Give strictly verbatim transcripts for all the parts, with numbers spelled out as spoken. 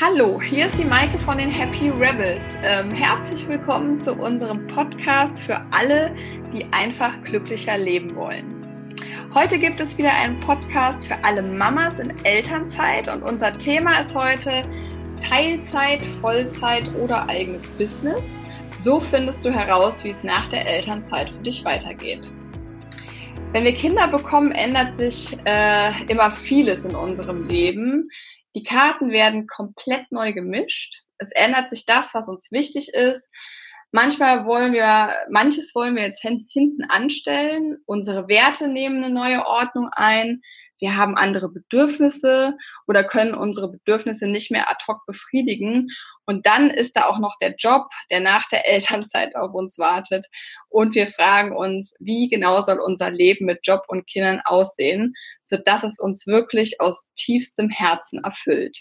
Hallo, hier ist die Maike von den Happy Rebels. Ähm, herzlich willkommen zu unserem Podcast für alle, die einfach glücklicher leben wollen. Heute gibt es wieder einen Podcast für alle Mamas in Elternzeit und unser Thema ist heute Teilzeit, Vollzeit oder eigenes Business. So findest du heraus, wie es nach der Elternzeit für dich weitergeht. Wenn wir Kinder bekommen, ändert sich äh, immer vieles in unserem Leben. Die Karten werden komplett neu gemischt. Es ändert sich das, was uns wichtig ist. Manchmal wollen wir, manches wollen wir jetzt hinten anstellen. Unsere Werte nehmen eine neue Ordnung ein. Wir haben andere Bedürfnisse oder können unsere Bedürfnisse nicht mehr ad hoc befriedigen. Und dann ist da auch noch der Job, der nach der Elternzeit auf uns wartet. Und wir fragen uns, wie genau soll unser Leben mit Job und Kindern aussehen, sodass es uns wirklich aus tiefstem Herzen erfüllt.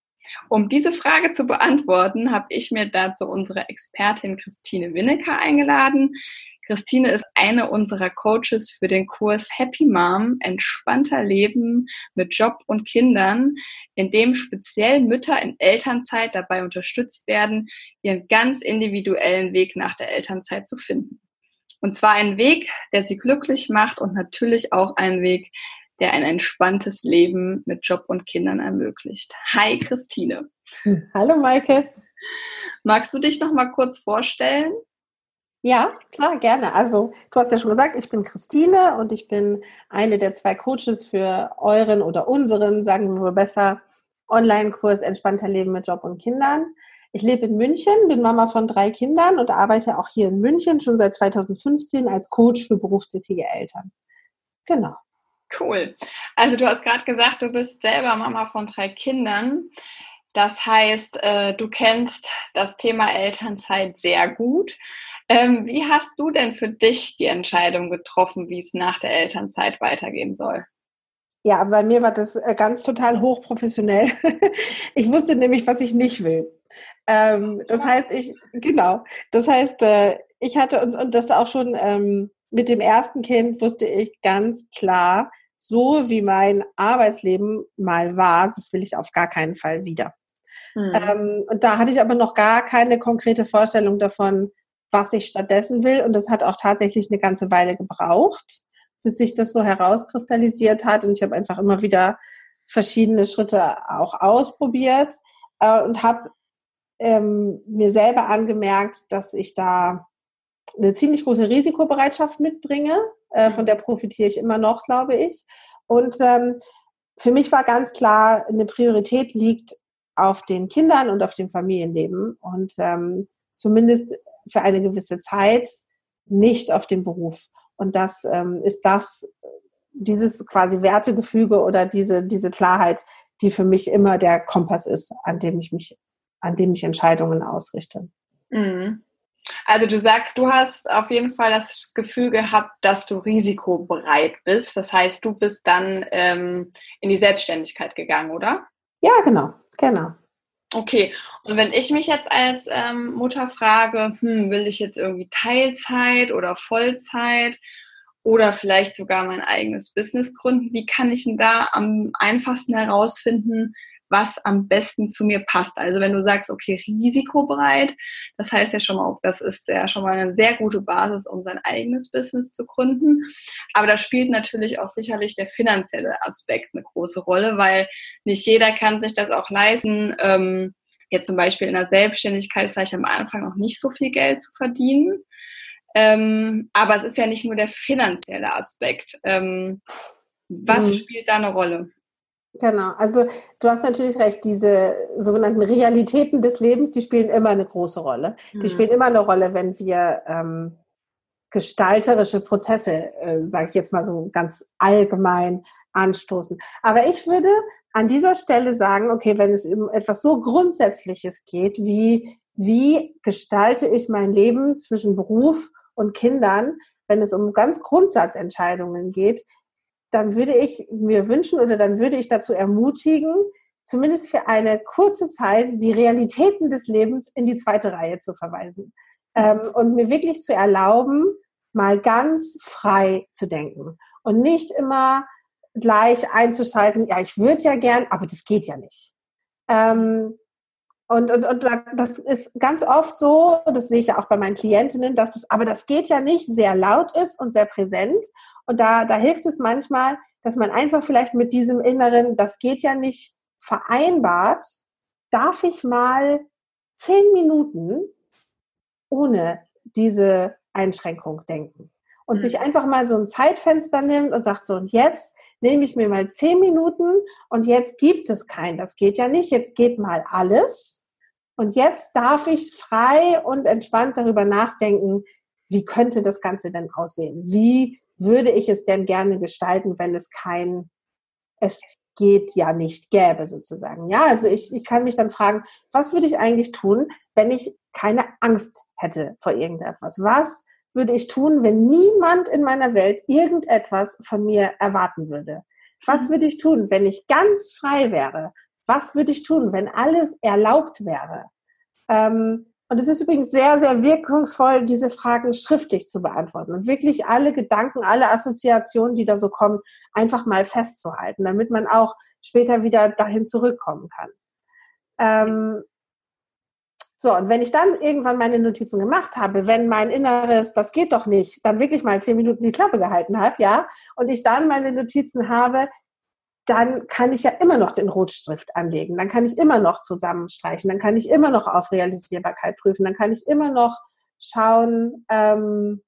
Um diese Frage zu beantworten, habe ich mir dazu unsere Expertin Christine Winnecker eingeladen. Christine ist eine unserer Coaches für den Kurs Happy Mom, entspannter Leben mit Job und Kindern, in dem speziell Mütter in Elternzeit dabei unterstützt werden, ihren ganz individuellen Weg nach der Elternzeit zu finden. Und zwar einen Weg, der sie glücklich macht und natürlich auch einen Weg, der ein entspanntes Leben mit Job und Kindern ermöglicht. Hi Christine. Hallo Maike. Magst du dich noch mal kurz vorstellen? Ja, klar, gerne. Also du hast ja schon gesagt, ich bin Christine und ich bin eine der zwei Coaches für euren oder unseren, sagen wir mal besser, Online-Kurs Entspannter Leben mit Job und Kindern. Ich lebe in München, bin Mama von drei Kindern und arbeite auch hier in München schon seit zweitausendfünfzehn als Coach für berufstätige Eltern. Genau. Cool. Also du hast gerade gesagt, du bist selber Mama von drei Kindern. Das heißt, äh, du kennst das Thema Elternzeit sehr gut. Ähm, wie hast du denn für dich die Entscheidung getroffen, wie es nach der Elternzeit weitergehen soll? Ja, bei mir war das ganz total hochprofessionell. Ich wusste nämlich, was ich nicht will. Ähm, das heißt, ich, genau, das heißt, äh, ich hatte, und, und das auch schon ähm, mit dem ersten Kind wusste ich ganz klar, so wie mein Arbeitsleben mal war, das will ich auf gar keinen Fall wieder. Mhm. Ähm, und da hatte ich aber noch gar keine konkrete Vorstellung davon, was ich stattdessen will. Und das hat auch tatsächlich eine ganze Weile gebraucht, bis sich das so herauskristallisiert hat. Und ich habe einfach immer wieder verschiedene Schritte auch ausprobiert äh, und habe ähm, mir selber angemerkt, dass ich da eine ziemlich große Risikobereitschaft mitbringe. Äh, von der profitiere ich immer noch, glaube ich. Und ähm, für mich war ganz klar, eine Priorität liegt auf den Kindern und auf dem Familienleben. Und ähm, zumindest für eine gewisse Zeit nicht auf dem Beruf. Und das ähm, ist das, dieses quasi Wertegefüge oder diese, diese Klarheit, die für mich immer der Kompass ist, an dem ich mich, an dem ich Entscheidungen ausrichte. Mhm. Also du sagst, du hast auf jeden Fall das Gefühl gehabt, dass du risikobereit bist. Das heißt, du bist dann ähm, in die Selbstständigkeit gegangen, oder? Ja, genau, genau. Okay, und wenn ich mich jetzt als ähm, Mutter frage, hm, will ich jetzt irgendwie Teilzeit oder Vollzeit oder vielleicht sogar mein eigenes Business gründen, wie kann ich denn da am einfachsten herausfinden, was am besten zu mir passt? Also wenn du sagst, okay, risikobereit, das heißt ja schon mal, das ist ja schon mal eine sehr gute Basis, um sein eigenes Business zu gründen. Aber da spielt natürlich auch sicherlich der finanzielle Aspekt eine große Rolle, weil nicht jeder kann sich das auch leisten, ähm, jetzt zum Beispiel in der Selbstständigkeit vielleicht am Anfang noch nicht so viel Geld zu verdienen. Ähm, aber es ist ja nicht nur der finanzielle Aspekt. Ähm, was mhm. spielt da eine Rolle? Genau, also du hast natürlich recht, diese sogenannten Realitäten des Lebens, die spielen immer eine große Rolle. Mhm. Die spielen immer eine Rolle, wenn wir ähm, gestalterische Prozesse, äh, sage ich jetzt mal so ganz allgemein, anstoßen. Aber ich würde an dieser Stelle sagen, okay, wenn es um etwas so Grundsätzliches geht, wie wie gestalte ich mein Leben zwischen Beruf und Kindern, wenn es um ganz Grundsatzentscheidungen geht, dann würde ich mir wünschen oder dann würde ich dazu ermutigen, zumindest für eine kurze Zeit die Realitäten des Lebens in die zweite Reihe zu verweisen. Ähm, und mir wirklich zu erlauben, mal ganz frei zu denken und nicht immer gleich einzuschalten, ja, ich würde ja gern, aber das geht ja nicht. Ähm, Und, und, und das ist ganz oft so, das sehe ich ja auch bei meinen Klientinnen, dass das, aber das geht ja nicht, sehr laut ist und sehr präsent. Und da, da hilft es manchmal, dass man einfach vielleicht mit diesem inneren, das geht ja nicht, vereinbart, darf ich mal zehn Minuten ohne diese Einschränkung denken. Und mhm. sich einfach mal so ein Zeitfenster nimmt und sagt so, und jetzt nehme ich mir mal zehn Minuten und jetzt gibt es kein, das geht ja nicht, jetzt geht mal alles. Und jetzt darf ich frei und entspannt darüber nachdenken, wie könnte das Ganze denn aussehen? Wie würde ich es denn gerne gestalten, wenn es kein, es geht ja nicht gäbe sozusagen. Ja, also ich, ich kann mich dann fragen, was würde ich eigentlich tun, wenn ich keine Angst hätte vor irgendetwas? Was würde ich tun, wenn niemand in meiner Welt irgendetwas von mir erwarten würde? Was würde ich tun, wenn ich ganz frei wäre? Was würde ich tun, wenn alles erlaubt wäre? Ähm, und es ist übrigens sehr, sehr wirkungsvoll, diese Fragen schriftlich zu beantworten und wirklich alle Gedanken, alle Assoziationen, die da so kommen, einfach mal festzuhalten, damit man auch später wieder dahin zurückkommen kann. Ähm, so, und wenn ich dann irgendwann meine Notizen gemacht habe, wenn mein Inneres, das geht doch nicht, dann wirklich mal zehn Minuten die Klappe gehalten hat, ja, und ich dann meine Notizen habe, dann kann ich ja immer noch den Rotstift anlegen, dann kann ich immer noch zusammenstreichen, dann kann ich immer noch auf Realisierbarkeit prüfen, dann kann ich immer noch schauen, ähm,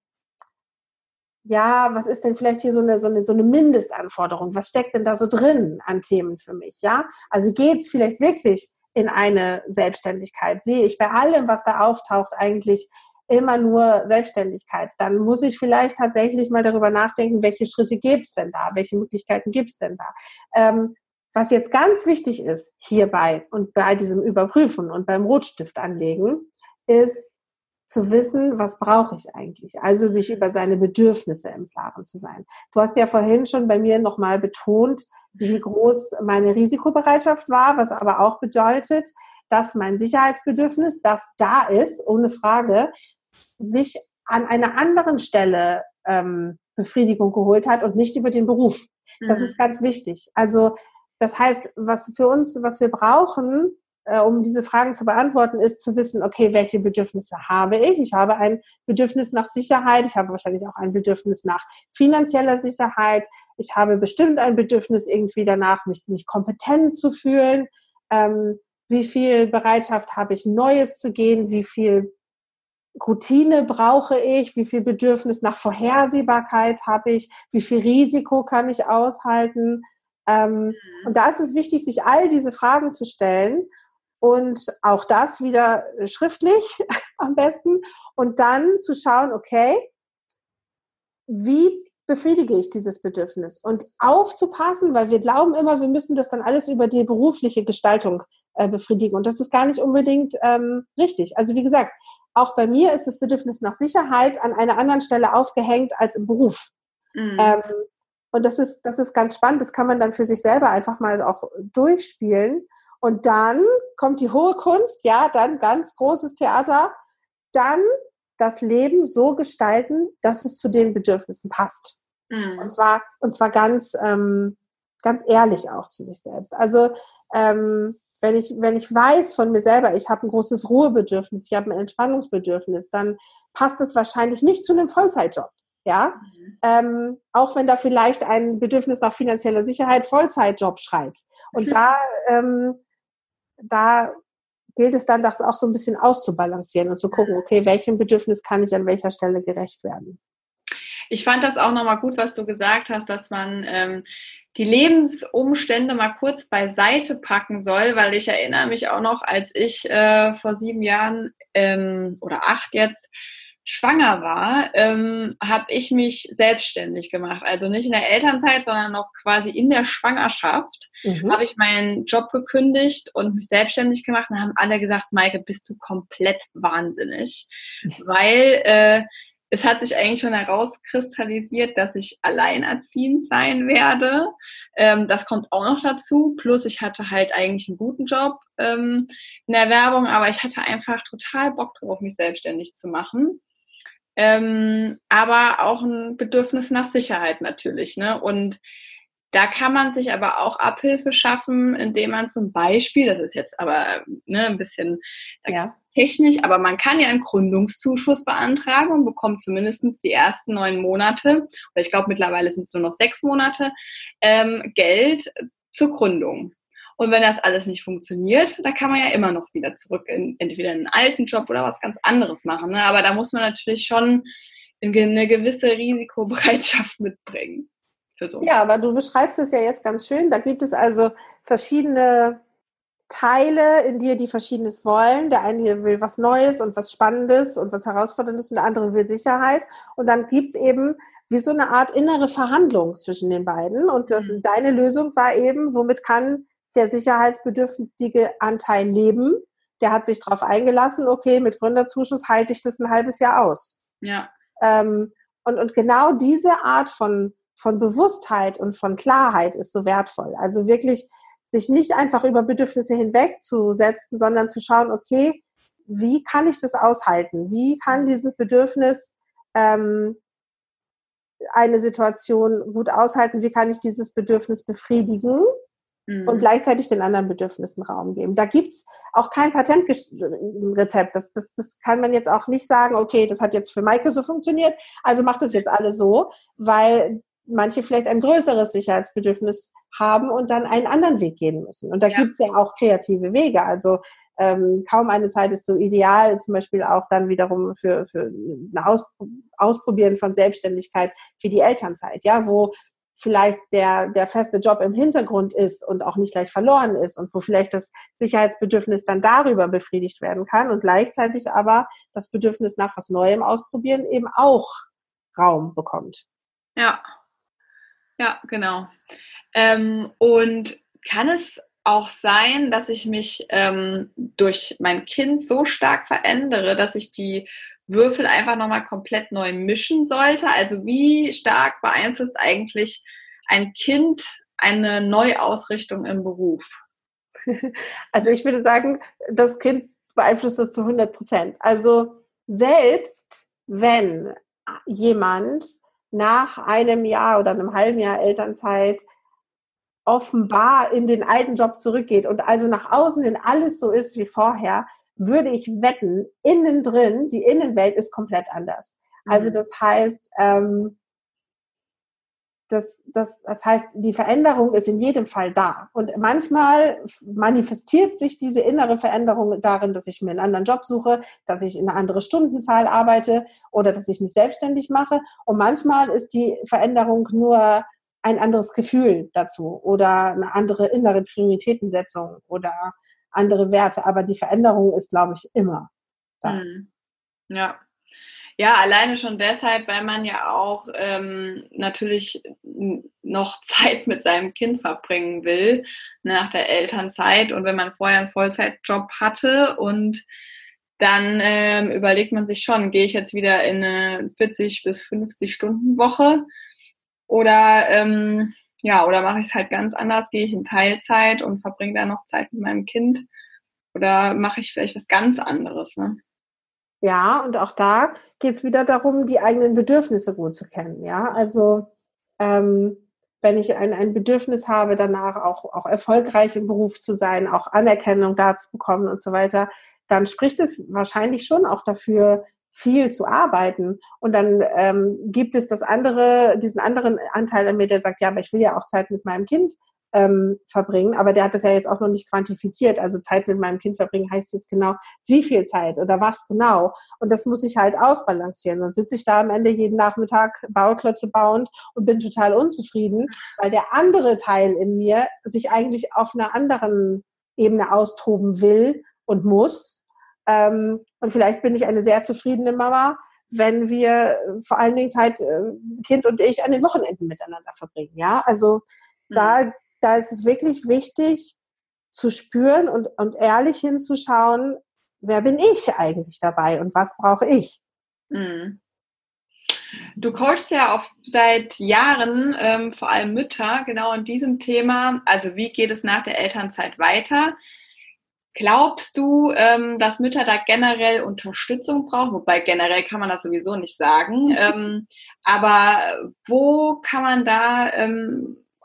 ja, was ist denn vielleicht hier so eine, so eine, so eine Mindestanforderung, was steckt denn da so drin an Themen für mich, ja? Also geht's vielleicht wirklich in eine Selbstständigkeit? Sehe ich bei allem, was da auftaucht, eigentlich immer nur Selbstständigkeit, dann muss ich vielleicht tatsächlich mal darüber nachdenken, welche Schritte gibt es denn da, welche Möglichkeiten gibt es denn da. Ähm, was jetzt ganz wichtig ist hierbei und bei diesem Überprüfen und beim Rotstift anlegen, ist zu wissen, was brauche ich eigentlich, also sich über seine Bedürfnisse im Klaren zu sein. Du hast ja vorhin schon bei mir nochmal betont, wie groß meine Risikobereitschaft war, was aber auch bedeutet, dass mein Sicherheitsbedürfnis, das da ist, ohne Frage, sich an einer anderen Stelle ähm, Befriedigung geholt hat und nicht über den Beruf. Das mhm. ist ganz wichtig. Also das heißt, was für uns, was wir brauchen, äh, um diese Fragen zu beantworten, ist zu wissen, okay, welche Bedürfnisse habe ich? Ich habe ein Bedürfnis nach Sicherheit, ich habe wahrscheinlich auch ein Bedürfnis nach finanzieller Sicherheit, ich habe bestimmt ein Bedürfnis irgendwie danach, mich, mich kompetent zu fühlen. Ähm, wie viel Bereitschaft habe ich, Neues zu gehen? Wie viel Routine brauche ich, wie viel Bedürfnis nach Vorhersehbarkeit habe ich, wie viel Risiko kann ich aushalten. Ähm, mhm. Und da ist es wichtig, sich all diese Fragen zu stellen und auch das wieder schriftlich am besten und dann zu schauen, okay, wie befriedige ich dieses Bedürfnis? Und aufzupassen, weil wir glauben immer, wir müssen das dann alles über die berufliche Gestaltung äh, befriedigen und das ist gar nicht unbedingt ähm, richtig. Also wie gesagt, auch bei mir ist das Bedürfnis nach Sicherheit an einer anderen Stelle aufgehängt als im Beruf. Mhm. Ähm, und das ist, das ist ganz spannend. Das kann man dann für sich selber einfach mal auch durchspielen. Und dann kommt die hohe Kunst, ja, dann ganz großes Theater, dann das Leben so gestalten, dass es zu den Bedürfnissen passt. Mhm. Und zwar, und zwar ganz, ähm, ganz ehrlich auch zu sich selbst. Also, ähm, Wenn ich, wenn ich weiß von mir selber, ich habe ein großes Ruhebedürfnis, ich habe ein Entspannungsbedürfnis, dann passt es wahrscheinlich nicht zu einem Vollzeitjob. Ja? Mhm. Ähm, auch wenn da vielleicht ein Bedürfnis nach finanzieller Sicherheit Vollzeitjob schreit. Und mhm. da, ähm, da gilt es dann, das auch so ein bisschen auszubalancieren und zu gucken, okay, welchem Bedürfnis kann ich an welcher Stelle gerecht werden. Ich fand das auch nochmal gut, was du gesagt hast, dass man ähm, die Lebensumstände mal kurz beiseite packen soll, weil ich erinnere mich auch noch, als ich äh, vor sieben Jahren ähm, oder acht jetzt schwanger war, ähm, habe ich mich selbstständig gemacht. Also nicht in der Elternzeit, sondern noch quasi in der Schwangerschaft mhm. habe ich meinen Job gekündigt und mich selbstständig gemacht und haben alle gesagt, Maike, bist du komplett wahnsinnig, weil äh, es hat sich eigentlich schon herauskristallisiert, dass ich alleinerziehend sein werde. Ähm, das kommt auch noch dazu. Plus ich hatte halt eigentlich einen guten Job ähm, in der Werbung, aber ich hatte einfach total Bock drauf, mich selbstständig zu machen. Ähm, aber auch ein Bedürfnis nach Sicherheit natürlich, ne? Und Da kann man sich aber auch Abhilfe schaffen, indem man zum Beispiel, das ist jetzt aber ne, ein bisschen Ja. technisch, aber man kann ja einen Gründungszuschuss beantragen und bekommt zumindest die ersten neun Monate, oder ich glaube mittlerweile sind es nur noch sechs Monate, ähm, Geld zur Gründung. Und wenn das alles nicht funktioniert, da kann man ja immer noch wieder zurück in entweder einen alten Job oder was ganz anderes machen. Ne? Aber da muss man natürlich schon eine gewisse Risikobereitschaft mitbringen. Für so. Ja, aber du beschreibst es ja jetzt ganz schön. Da gibt es also verschiedene Teile in dir, die Verschiedenes wollen. Der eine will was Neues und was Spannendes und was Herausforderndes und der andere will Sicherheit. Und dann gibt es eben wie so eine Art innere Verhandlung zwischen den beiden. Und das, mhm. deine Lösung war eben, womit kann der sicherheitsbedürftige Anteil leben? Der hat sich darauf eingelassen, okay, mit Gründerzuschuss halte ich das ein halbes Jahr aus. Ja. Ähm, und, und genau diese Art von, von Bewusstheit und von Klarheit ist so wertvoll. Also wirklich sich nicht einfach über Bedürfnisse hinwegzusetzen, sondern zu schauen, okay, wie kann ich das aushalten? Wie kann dieses Bedürfnis ähm, eine Situation gut aushalten? Wie kann ich dieses Bedürfnis befriedigen? Und gleichzeitig den anderen Bedürfnissen Raum geben. Da gibt's auch kein Patentrezept. Das, das, das kann man jetzt auch nicht sagen, okay, das hat jetzt für Maike so funktioniert, also macht das jetzt alle so, weil manche vielleicht ein größeres Sicherheitsbedürfnis haben und dann einen anderen Weg gehen müssen. Und da ja. gibt's ja auch kreative Wege. Also ähm, kaum eine Zeit ist so ideal, zum Beispiel auch dann wiederum für, für ein Aus, Ausprobieren von Selbstständigkeit für die Elternzeit, ja, wo vielleicht der, der feste Job im Hintergrund ist und auch nicht gleich verloren ist und wo vielleicht das Sicherheitsbedürfnis dann darüber befriedigt werden kann und gleichzeitig aber das Bedürfnis nach was Neuem ausprobieren eben auch Raum bekommt. Ja, ja, genau. Ähm, und kann es auch sein, dass ich mich ähm, durch mein Kind so stark verändere, dass ich die Würfel einfach nochmal komplett neu mischen sollte? Also wie stark beeinflusst eigentlich ein Kind eine Neuausrichtung im Beruf? Also ich würde sagen, das Kind beeinflusst das zu hundert Prozent. Also selbst wenn jemand nach einem Jahr oder einem halben Jahr Elternzeit offenbar in den alten Job zurückgeht und also nach außen hin alles so ist wie vorher, würde ich wetten, innen drin, die Innenwelt ist komplett anders. Mhm. Also das heißt, ähm, das, das, das heißt, die Veränderung ist in jedem Fall da. Und manchmal manifestiert sich diese innere Veränderung darin, dass ich mir einen anderen Job suche, dass ich in eine andere Stundenzahl arbeite oder dass ich mich selbstständig mache. Und manchmal ist die Veränderung nur ein anderes Gefühl dazu oder eine andere innere Prioritätensetzung oder andere Werte, aber die Veränderung ist, glaube ich, immer da. Hm. Ja. Ja, alleine schon deshalb, weil man ja auch ähm, natürlich noch Zeit mit seinem Kind verbringen will nach der Elternzeit und wenn man vorher einen Vollzeitjob hatte und dann ähm, überlegt man sich schon, gehe ich jetzt wieder in eine vierzig bis fünfzig Stunden Woche oder ähm, ja, oder mache ich es halt ganz anders, gehe ich in Teilzeit und verbringe da noch Zeit mit meinem Kind oder mache ich vielleicht was ganz anderes, ne? Ja, und auch da geht es wieder darum, die eigenen Bedürfnisse gut zu kennen. Ja, also ähm, wenn ich ein, ein Bedürfnis habe, danach auch, auch erfolgreich im Beruf zu sein, auch Anerkennung da zu bekommen und so weiter, dann spricht es wahrscheinlich schon auch dafür, viel zu arbeiten. Und dann ähm, gibt es das andere, diesen anderen Anteil an mir, der sagt, ja, aber ich will ja auch Zeit mit meinem Kind ähm, verbringen. Aber der hat das ja jetzt auch noch nicht quantifiziert. Also Zeit mit meinem Kind verbringen heißt jetzt genau, wie viel Zeit oder was genau. Und das muss ich halt ausbalancieren. Dann sitze ich da am Ende jeden Nachmittag Bauklötze bauend und bin total unzufrieden, weil der andere Teil in mir sich eigentlich auf einer anderen Ebene austoben will und muss. Ähm, und vielleicht bin ich eine sehr zufriedene Mama, wenn wir vor allen Dingen Zeit, äh, Kind und ich, an den Wochenenden miteinander verbringen. Ja, also mhm. da, da ist es wirklich wichtig zu spüren und, und ehrlich hinzuschauen, wer bin ich eigentlich dabei und was brauche ich? Mhm. Du coachst ja auch seit Jahren ähm, vor allem Mütter genau in diesem Thema. Also wie geht es nach der Elternzeit weiter? Glaubst du, ähm, dass Mütter da generell Unterstützung brauchen? Wobei generell kann man das sowieso nicht sagen. Ähm, aber wo kann man da ähm,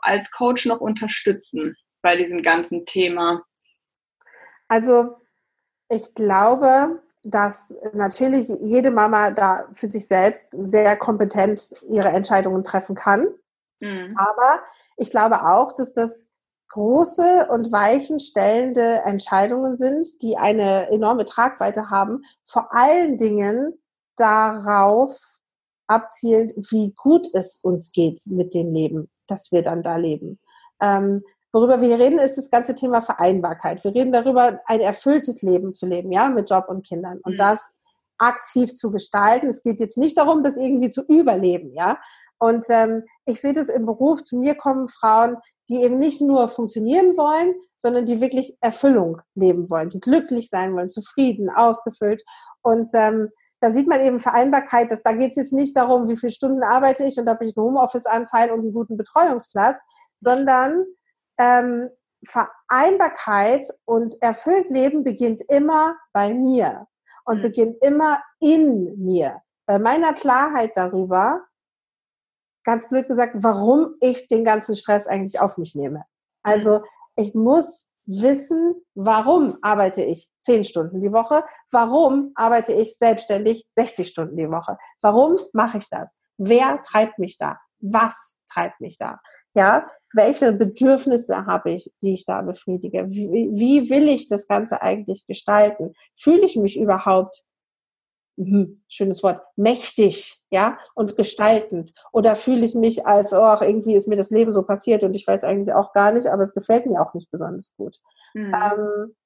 als Coach noch unterstützen bei diesem ganzen Thema? Also ich glaube, dass natürlich jede Mama da für sich selbst sehr kompetent ihre Entscheidungen treffen kann. Mhm. Aber ich glaube auch, dass das große und weichenstellende Entscheidungen sind, die eine enorme Tragweite haben, vor allen Dingen darauf abzielend, wie gut es uns geht mit dem Leben, das wir dann da leben. Ähm, worüber wir hier reden, ist das ganze Thema Vereinbarkeit. Wir reden darüber, ein erfülltes Leben zu leben, ja, mit Job und Kindern und mhm. das aktiv zu gestalten. Es geht jetzt nicht darum, das irgendwie zu überleben, ja. Und ähm, ich sehe das im Beruf, zu mir kommen Frauen, die eben nicht nur funktionieren wollen, sondern die wirklich Erfüllung leben wollen, die glücklich sein wollen, zufrieden, ausgefüllt. Und ähm, da sieht man eben Vereinbarkeit, dass da geht es jetzt nicht darum, wie viele Stunden arbeite ich und habe ich einen Homeoffice-Anteil und einen guten Betreuungsplatz, sondern ähm, Vereinbarkeit und erfüllt Leben beginnt immer bei mir und mhm. beginnt immer in mir. Bei meiner Klarheit darüber, ganz blöd gesagt, warum ich den ganzen Stress eigentlich auf mich nehme. Also ich muss wissen, warum arbeite ich zehn Stunden die Woche? Warum arbeite ich selbstständig sechzig Stunden die Woche? Warum mache ich das? Wer treibt mich da? Was treibt mich da? Ja, welche Bedürfnisse habe ich, die ich da befriedige? Wie, wie will ich das Ganze eigentlich gestalten? Fühle ich mich überhaupt Hm, schönes Wort, mächtig, ja, und gestaltend? Oder fühle ich mich als, oh, irgendwie ist mir das Leben so passiert und ich weiß eigentlich auch gar nicht, aber es gefällt mir auch nicht besonders gut. Mhm. Ähm,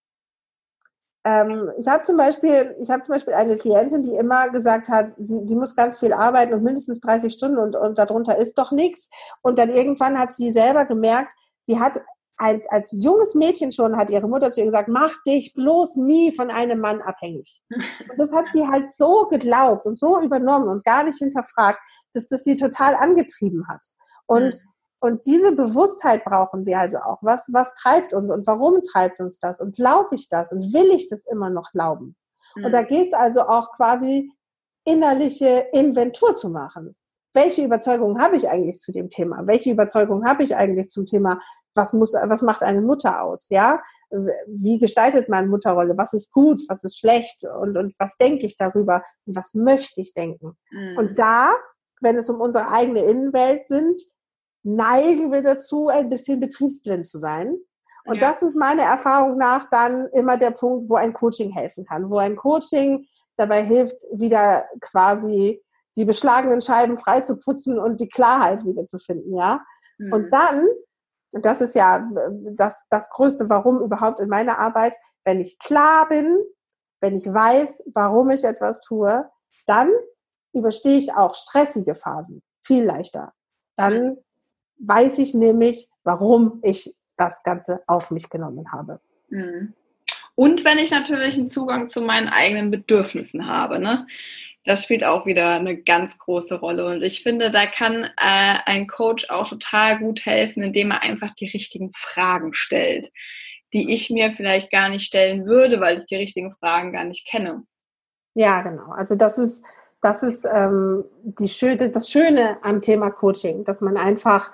ähm, ich habe zum Beispiel, ich habe zum Beispiel eine Klientin, die immer gesagt hat, sie, sie muss ganz viel arbeiten und mindestens dreißig Stunden und, und darunter ist doch nichts. Und dann irgendwann hat sie selber gemerkt, sie hat Als, als junges Mädchen schon hat ihre Mutter zu ihr gesagt, mach dich bloß nie von einem Mann abhängig. Und das hat sie halt so geglaubt und so übernommen und gar nicht hinterfragt, dass das sie total angetrieben hat. Und, mhm. und diese Bewusstheit brauchen wir also auch. Was, was treibt uns und warum treibt uns das? Und glaube ich das und will ich das immer noch glauben? Mhm. Und da geht es also auch quasi innerliche Inventur zu machen. Welche Überzeugungen habe ich eigentlich zu dem Thema? Welche Überzeugungen habe ich eigentlich zum Thema, was muss, was macht eine Mutter aus? Ja, wie gestaltet man Mutterrolle? Was ist gut? Was ist schlecht? Und, und was denke ich darüber? Und was möchte ich denken? Mhm. Und da, wenn es um unsere eigene Innenwelt sind, neigen wir dazu, ein bisschen betriebsblind zu sein. Und ja. das ist meiner Erfahrung nach dann immer der Punkt, wo ein Coaching helfen kann, wo ein Coaching dabei hilft, wieder quasi die beschlagenen Scheiben frei zu putzen und die Klarheit wieder zu finden, ja. Mhm. Und dann, und das ist ja das, das größte Warum überhaupt in meiner Arbeit, wenn ich klar bin, wenn ich weiß, warum ich etwas tue, dann überstehe ich auch stressige Phasen viel leichter. Dann mhm. weiß ich nämlich, warum ich das Ganze auf mich genommen habe. Mhm. Und wenn ich natürlich einen Zugang zu meinen eigenen Bedürfnissen habe, ne? Das spielt auch wieder eine ganz große Rolle. Und ich finde, da kann äh, ein Coach auch total gut helfen, indem er einfach die richtigen Fragen stellt, die ich mir vielleicht gar nicht stellen würde, weil ich die richtigen Fragen gar nicht kenne. Ja, genau. Also das ist, das ist ähm, die Schöne, das Schöne am Thema Coaching, dass man einfach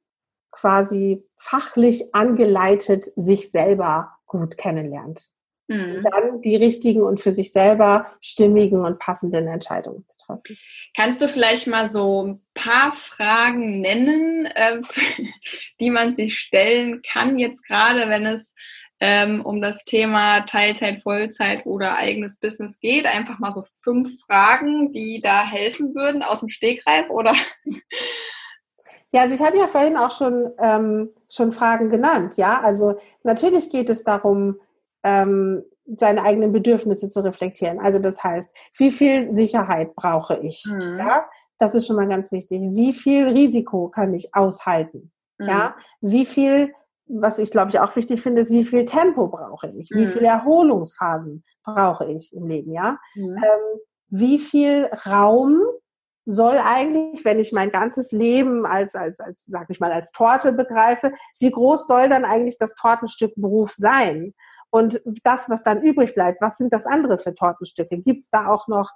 quasi fachlich angeleitet sich selber gut kennenlernt. Mhm. Und dann die richtigen und für sich selber stimmigen und passenden Entscheidungen zu treffen. Kannst du vielleicht mal so ein paar Fragen nennen, äh, die man sich stellen kann, jetzt gerade, wenn es ähm, um das Thema Teilzeit, Vollzeit oder eigenes Business geht? Einfach mal so fünf Fragen, die da helfen würden aus dem Stegreif, oder? Ja, also ich habe ja vorhin auch schon, ähm, schon Fragen genannt, ja. Also natürlich geht es darum, ähm, seine eigenen Bedürfnisse zu reflektieren. Also das heißt, wie viel Sicherheit brauche ich? Mhm. Ja, das ist schon mal ganz wichtig. Wie viel Risiko kann ich aushalten? Mhm. Ja, wie viel, was ich glaube ich auch wichtig finde, ist, wie viel Tempo brauche ich? Wie mhm. viele Erholungsphasen brauche ich im Leben? Ja, mhm. ähm, wie viel Raum soll eigentlich, wenn ich mein ganzes Leben als, als, als, sag ich mal, als Torte begreife, wie groß soll dann eigentlich das Tortenstück Beruf sein? Und das, was dann übrig bleibt, was sind das andere für Tortenstücke? Gibt es da auch noch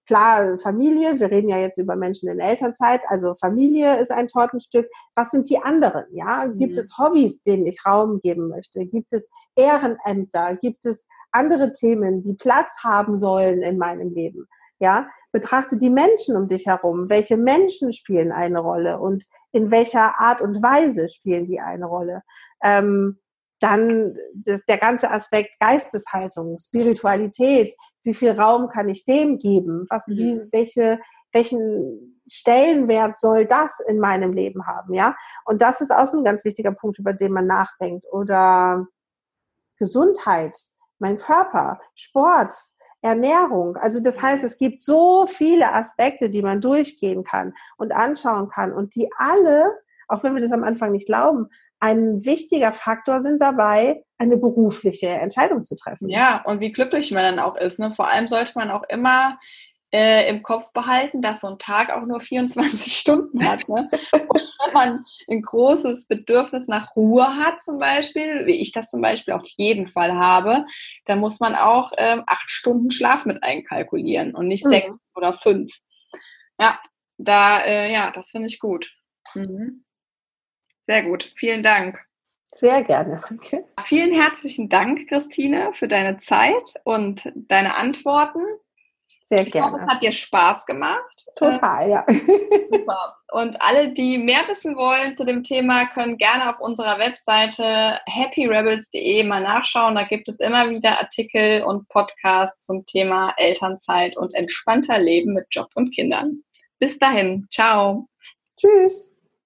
klar, Familie, wir reden ja jetzt über Menschen in Elternzeit, also Familie ist ein Tortenstück. Was sind die anderen? Ja, gibt mhm. es Hobbys, denen ich Raum geben möchte? Gibt es Ehrenämter? Gibt es andere Themen, die Platz haben sollen in meinem Leben? Ja, betrachte die Menschen um dich herum. Welche Menschen spielen eine Rolle und in welcher Art und Weise spielen die eine Rolle? Ähm, dann das, der ganze Aspekt Geisteshaltung, Spiritualität. Wie viel Raum kann ich dem geben? Was, wie, welche, welchen Stellenwert soll das in meinem Leben haben? Ja, und das ist auch so ein ganz wichtiger Punkt, über den man nachdenkt. Oder Gesundheit, mein Körper, Sport, Ernährung. Also das heißt, es gibt so viele Aspekte, die man durchgehen kann und anschauen kann und die alle, auch wenn wir das am Anfang nicht glauben, ein wichtiger Faktor sind dabei, eine berufliche Entscheidung zu treffen. Ja, und wie glücklich man dann auch ist. Ne? Vor allem sollte man auch immer äh, im Kopf behalten, dass so ein Tag auch nur vierundzwanzig Stunden hat. Ne? Und wenn man ein großes Bedürfnis nach Ruhe hat zum Beispiel, wie ich das zum Beispiel auf jeden Fall habe, dann muss man auch ähm, acht Stunden Schlaf mit einkalkulieren und nicht mhm. sechs oder fünf. Ja, da, äh, ja, das finde ich gut. Mhm. Sehr gut, vielen Dank. Sehr gerne, danke. Vielen herzlichen Dank, Christine, für deine Zeit und deine Antworten. Sehr ich gerne. hoffe, es hat dir Spaß gemacht. Total, äh, ja. Super. Und alle, die mehr wissen wollen zu dem Thema, können gerne auf unserer Webseite happy rebels punkt de mal nachschauen. Da gibt es immer wieder Artikel und Podcasts zum Thema Elternzeit und entspannter Leben mit Job und Kindern. Bis dahin. Ciao. Tschüss.